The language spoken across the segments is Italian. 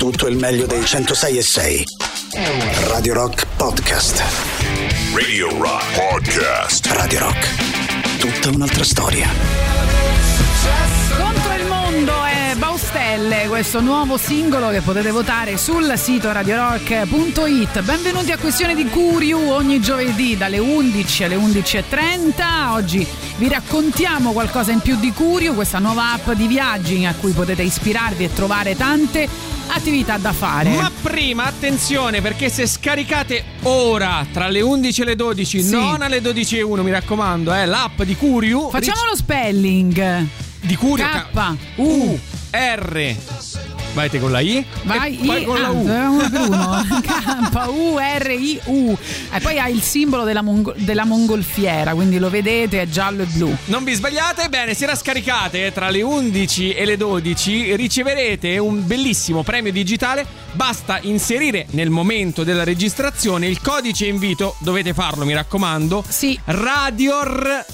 tutto il meglio dei 106.6. Radio Rock Podcast. Radio Rock Podcast. Radio Rock. Tutta un'altra storia. Contro il mondo è Baustelle, questo nuovo singolo che potete votare sul sito radiorock.it. Benvenuti a Questione di Curiu, ogni giovedì dalle 11 alle 11.30. Oggi vi raccontiamo qualcosa in più di Curiu, questa nuova app di viaggi a cui potete ispirarvi e trovare tante attività da fare. Ma prima attenzione, perché se scaricate ora tra le 11 e le 12, sì, non alle 12.01, mi raccomando, l'app di Curiu. Facciamo lo spelling di Curiu. K-U-R. Vai te con la I. Vai e poi con la U. Uno per uno. K-U-R-I-U. E poi ha il simbolo della mongolfiera, quindi lo vedete, è giallo e blu. Non vi sbagliate, bene, se la scaricate tra le 11 e le 12 riceverete un bellissimo premio digitale. Basta inserire nel momento della registrazione il codice invito, dovete farlo, mi raccomando. Sì. Radior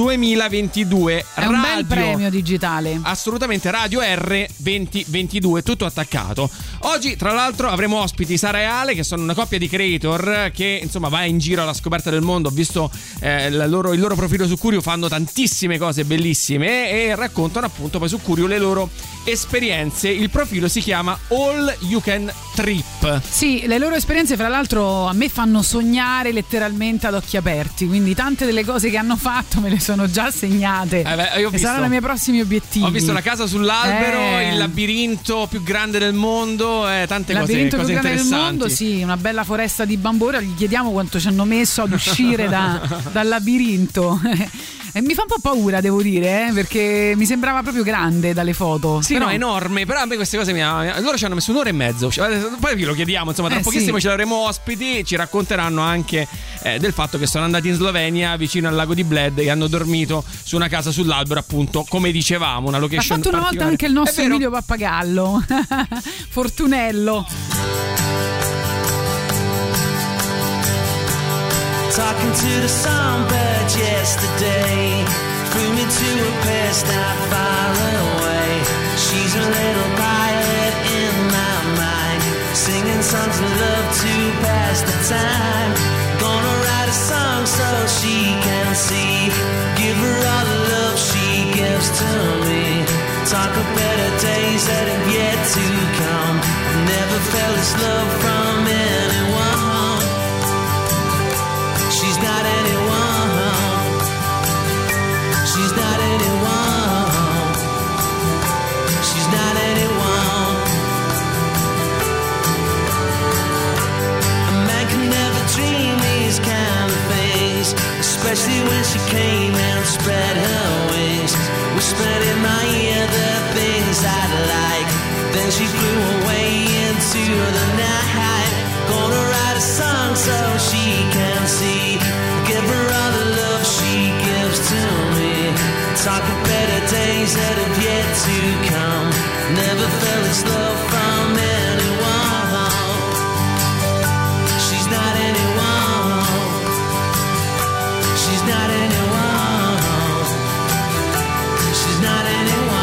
2022. È un bel premio digitale. Assolutamente, Radio R 2022, tutto attaccato. Oggi tra l'altro avremo ospiti Sara e Ale, che sono una coppia di creator che insomma va in giro alla scoperta del mondo. Ho visto il loro profilo su Curiu, fanno tantissime cose bellissime e raccontano appunto poi su Curiu le loro esperienze. Il profilo si chiama All You Can Trip. Sì, le loro esperienze fra l'altro a me fanno sognare letteralmente ad occhi aperti, quindi tante delle cose che hanno fatto me le sono già segnate e saranno i miei prossimi obiettivi. Ho visto la casa sull'albero, il labirinto più grande del mondo, tante cose interessanti. Labirinto più grande del mondo, sì, una bella foresta di bambù. Ora gli chiediamo quanto ci hanno messo ad uscire dal labirinto. E mi fa un po' paura, devo dire, perché mi sembrava proprio grande dalle foto. Sì, però no, enorme. Però a me queste cose loro ci hanno messo un'ora e mezzo. Poi vi lo chiediamo, insomma, tra pochissimo sì, ce l'avremo ospiti. Ci racconteranno anche del fatto che sono andati in Slovenia, vicino al lago di Bled, e hanno dormito su una casa sull'albero, appunto, come dicevamo, una location. Ha fatto una volta anche il nostro Emilio Pappagallo. Fortunello. Talking to the songbird yesterday, flew me to a place not far away. She's a little pilot in my mind, singing songs of love to pass the time. Gonna write a song so she can see, give her all the love she gives to me. Talk of better days that have yet to come. Never felt this love from anyone. She's not anyone. She's not anyone. She's not anyone. A man can never dream these kind of things, especially when she came and spread her wings, whispered in my ear the things I'd like. Then she flew away into the night. Gonna write a song so she can see, give her all the love she gives to me. Talk of better days that have yet to come. Never felt this love from anyone. She's not anyone. She's not anyone. She's not anyone.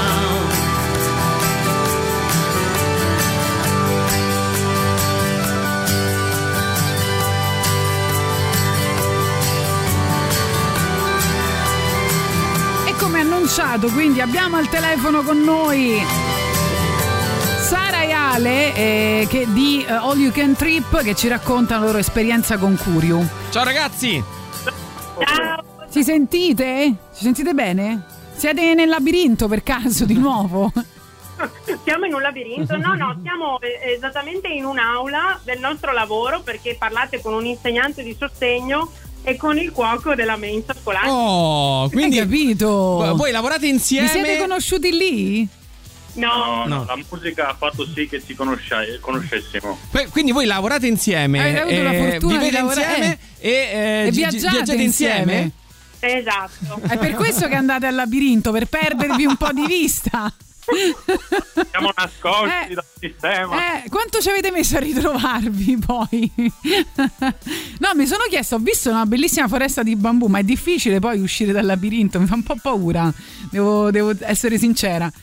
Annunciato, quindi abbiamo al telefono con noi Sara e Ale che di All You Can Trip, che ci raccontano la loro esperienza con Curiu. Ciao ragazzi. Ciao. Ci sentite? Ci sentite bene? Siete nel labirinto per caso di nuovo? Siamo in un labirinto? No, siamo esattamente in un'aula del nostro lavoro, perché parlate con un insegnante di sostegno e con il cuoco della mensa scolastica. Oh, quindi hai capito? Voi lavorate insieme? Vi siete conosciuti lì? No, la musica ha fatto sì che ci conoscessimo. Quindi voi lavorate insieme, avete avuto la fortuna vivete di lavorare insieme e viaggiate insieme? Esatto. È per questo che andate al labirinto, per perdervi un po' di vista. Siamo nascosti dal sistema. Quanto ci avete messo a ritrovarvi poi? No, mi sono chiesto, ho visto una bellissima foresta di bambù, ma è difficile poi uscire dal labirinto, mi fa un po' paura, devo essere sincera.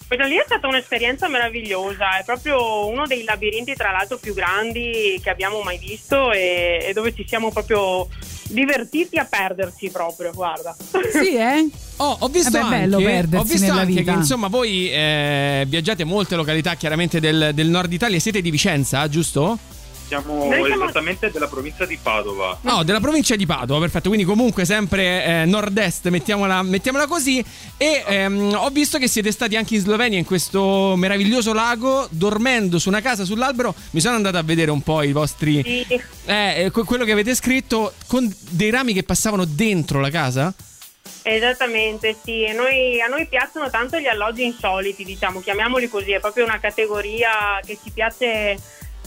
Quella lì è stata un'esperienza meravigliosa, è proprio uno dei labirinti tra l'altro più grandi che abbiamo mai visto e dove ci siamo proprio divertiti a perderci proprio, guarda. Sì, eh? Ho visto è bello perdersi nella anche vita. che insomma voi viaggiate in molte località chiaramente del nord Italia. Siete di Vicenza, giusto? Siamo esattamente della provincia di Padova. No, della provincia di Padova, perfetto. Quindi comunque sempre nord-est, mettiamola così. E ho visto che siete stati anche in Slovenia, in questo meraviglioso lago, dormendo su una casa sull'albero. Mi sono andato a vedere un po' i vostri quello che avete scritto, con dei rami che passavano dentro la casa. Esattamente, sì. A noi piacciono tanto gli alloggi insoliti, diciamo, chiamiamoli così, è proprio una categoria che ci piace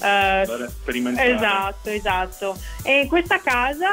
sperimentare. Esatto. E questa casa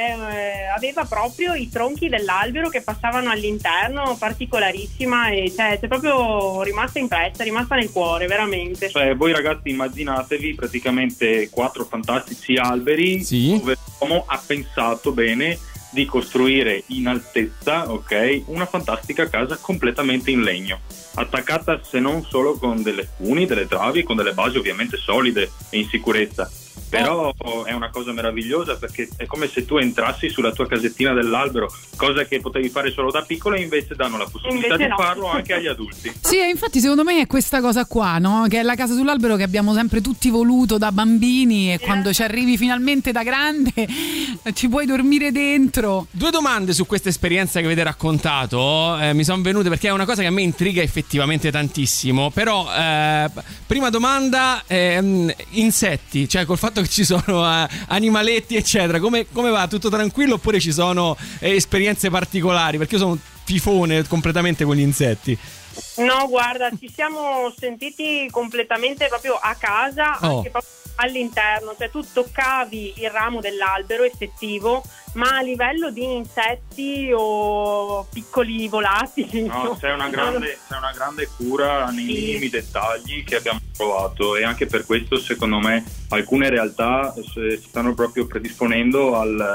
aveva proprio i tronchi dell'albero che passavano all'interno, particolarissima, e c'è proprio rimasta impressa, rimasta nel cuore, veramente. Cioè, voi ragazzi immaginatevi praticamente 4 fantastici alberi, sì, dove l'uomo ha pensato bene di costruire in altezza, ok, una fantastica casa completamente in legno, attaccata se non solo con delle funi, delle travi, con delle basi ovviamente solide e in sicurezza. Però è una cosa meravigliosa, perché è come se tu entrassi sulla tua casettina dell'albero, cosa che potevi fare solo da piccolo, e invece danno la possibilità di farlo anche agli adulti. Sì, infatti secondo me è questa cosa qua, no? Che è la casa sull'albero che abbiamo sempre tutti voluto da bambini, e quando ci arrivi finalmente da grande ci puoi dormire dentro. 2 domande su questa esperienza che avete raccontato mi sono venute, perché è una cosa che a me intriga effettivamente tantissimo. Però prima domanda, insetti, cioè col fatto che ci sono animaletti eccetera, come va? Tutto tranquillo oppure ci sono esperienze particolari? Perché io sono un fifone completamente con gli insetti. No, guarda, ci siamo sentiti completamente proprio a casa, anche proprio all'interno, cioè tu toccavi il ramo dell'albero effettivo, ma a livello di insetti o piccoli volatili. No, c'è una grande cura nei minimi dettagli che abbiamo trovato, e anche per questo secondo me alcune realtà si stanno proprio predisponendo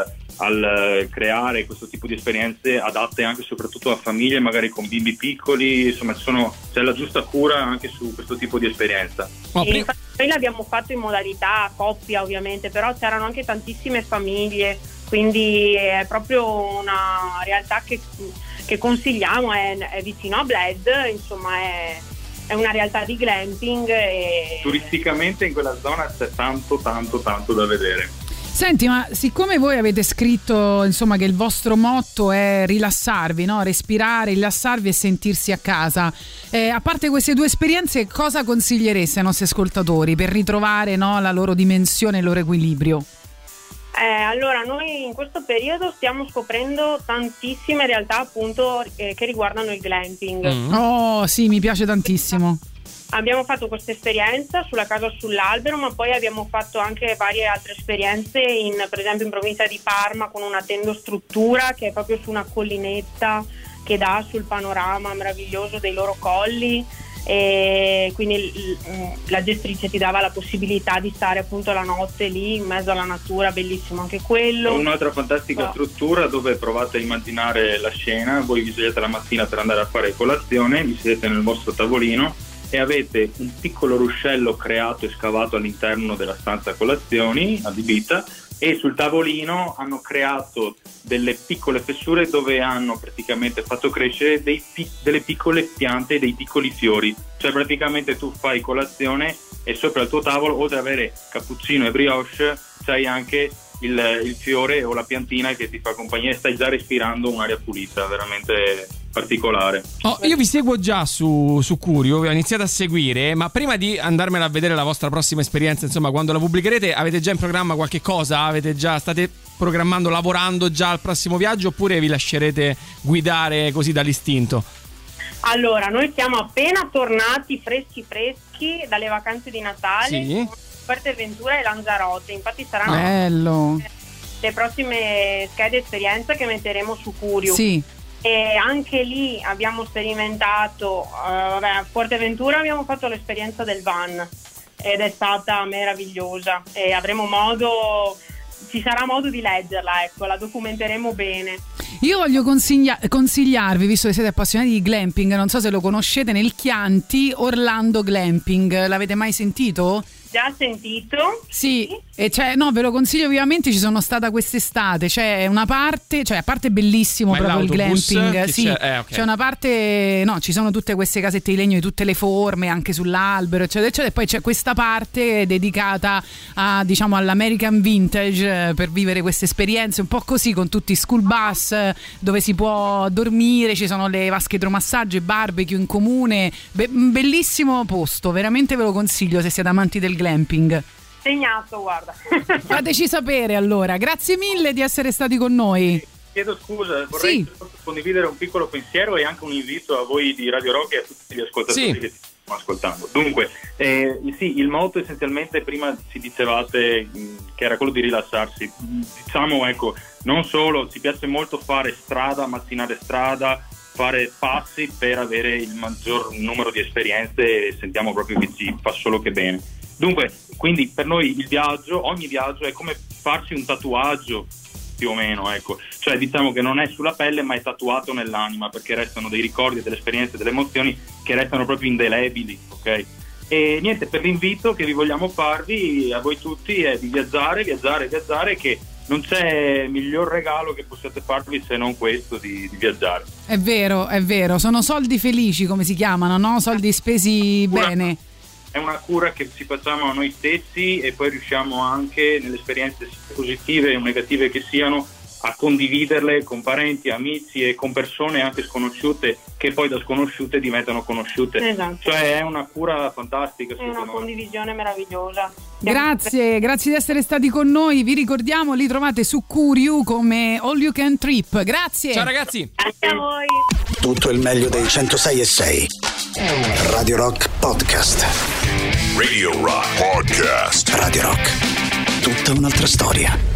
al creare questo tipo di esperienze adatte anche e soprattutto a famiglie magari con bimbi piccoli. Insomma c'è la giusta cura anche su questo tipo di esperienza. Noi l'abbiamo fatto in modalità coppia ovviamente, però c'erano anche tantissime famiglie, quindi è proprio una realtà che consigliamo, è vicino a Bled, insomma è una realtà di glamping e turisticamente in quella zona c'è tanto da vedere. Senti, ma siccome voi avete scritto insomma che il vostro motto è rilassarvi, no? Respirare, rilassarvi e sentirsi a casa, a parte queste 2 esperienze, cosa consigliereste ai nostri ascoltatori per ritrovare, no, la loro dimensione, il loro equilibrio? Allora, noi in questo periodo stiamo scoprendo tantissime realtà appunto che riguardano il glamping. Oh sì, mi piace tantissimo. Abbiamo fatto questa esperienza sulla casa sull'albero, ma poi abbiamo fatto anche varie altre esperienze per esempio in provincia di Parma, con una tendostruttura che è proprio su una collinetta che dà sul panorama meraviglioso dei loro colli, e quindi la gestrice ti dava la possibilità di stare appunto la notte lì in mezzo alla natura, bellissimo anche quello. Un'altra fantastica struttura dove provate a immaginare la scena: voi vi svegliate la mattina per andare a fare colazione, vi sedete nel vostro tavolino e avete un piccolo ruscello creato e scavato all'interno della stanza colazioni adibita, e sul tavolino hanno creato delle piccole fessure dove hanno praticamente fatto crescere delle piccole piante, dei piccoli fiori. Cioè praticamente tu fai colazione e sopra il tuo tavolo, oltre ad avere cappuccino e brioche, c'hai anche il fiore o la piantina che ti fa compagnia, e stai già respirando un'aria pulita, veramente particolare. Io vi seguo già su Curio, vi ho iniziato a seguire, ma prima di andarmela a vedere la vostra prossima esperienza, insomma quando la pubblicherete, avete già in programma qualche cosa? State programmando, lavorando già al prossimo viaggio, oppure vi lascerete guidare così dall'istinto? Allora, noi siamo appena tornati freschi dalle vacanze di Natale, sì, Fuerteventura e Lanzarote, infatti saranno bello le prossime schede esperienza che metteremo su Curio. Sì. E anche lì abbiamo sperimentato, a Fuerteventura abbiamo fatto l'esperienza del van ed è stata meravigliosa, e ci sarà modo di leggerla, ecco, la documenteremo bene. Io voglio consigliarvi, visto che siete appassionati di glamping, non so se lo conoscete, nel Chianti Orlando Glamping. L'avete mai sentito? Già sentito? Sì, e no, ve lo consiglio vivamente, ci sono stata quest'estate, c'è una parte, a parte bellissimo. Ma proprio il glamping, sì, okay. C'è una parte, no, ci sono tutte queste casette di legno di tutte le forme, anche sull'albero, eccetera, eccetera, e poi c'è questa parte dedicata a, diciamo, all'American Vintage, per vivere queste esperienze un po' così, con tutti i school bus, dove si può dormire, ci sono le vasche idromassaggio, barbecue in comune, bellissimo posto, veramente ve lo consiglio se siete amanti del glamping. Segnato, guarda. Fateci sapere allora. Grazie mille di essere stati con noi. Chiedo scusa, vorrei condividere un piccolo pensiero e anche un invito a voi di Radio Rock e a tutti gli ascoltatori che stiamo ascoltando. Dunque, sì, il motto essenzialmente, prima ci dicevate che era quello di rilassarsi. Diciamo, ecco, non solo, ci piace molto fare strada, mattinare strada, fare passi per avere il maggior numero di esperienze, e sentiamo proprio che ci fa solo che bene. Dunque, quindi per noi ogni viaggio è come farsi un tatuaggio, più o meno, ecco. Cioè, diciamo che non è sulla pelle, ma è tatuato nell'anima, perché restano dei ricordi, delle esperienze, delle emozioni che restano proprio indelebili, ok? E niente, per l'invito che vi vogliamo farvi a voi tutti è di viaggiare, che non c'è miglior regalo che possiate farvi se non questo, di viaggiare. È vero, sono soldi felici, come si chiamano, no? Soldi spesi bene. È una cura che ci facciamo a noi stessi, e poi riusciamo anche, nelle esperienze positive o negative che siano, a condividerle con parenti, amici e con persone anche sconosciute, che poi da sconosciute diventano conosciute. Esatto. Cioè è una cura fantastica. È una condivisione meravigliosa. Grazie di essere stati con noi. Vi ricordiamo, li trovate su Curiou come All You Can Trip. Grazie. Ciao ragazzi. Grazie a voi. Tutto il meglio dei 106.6 Radio Rock Podcast. Radio Rock Podcast. Radio Rock, tutta un'altra storia.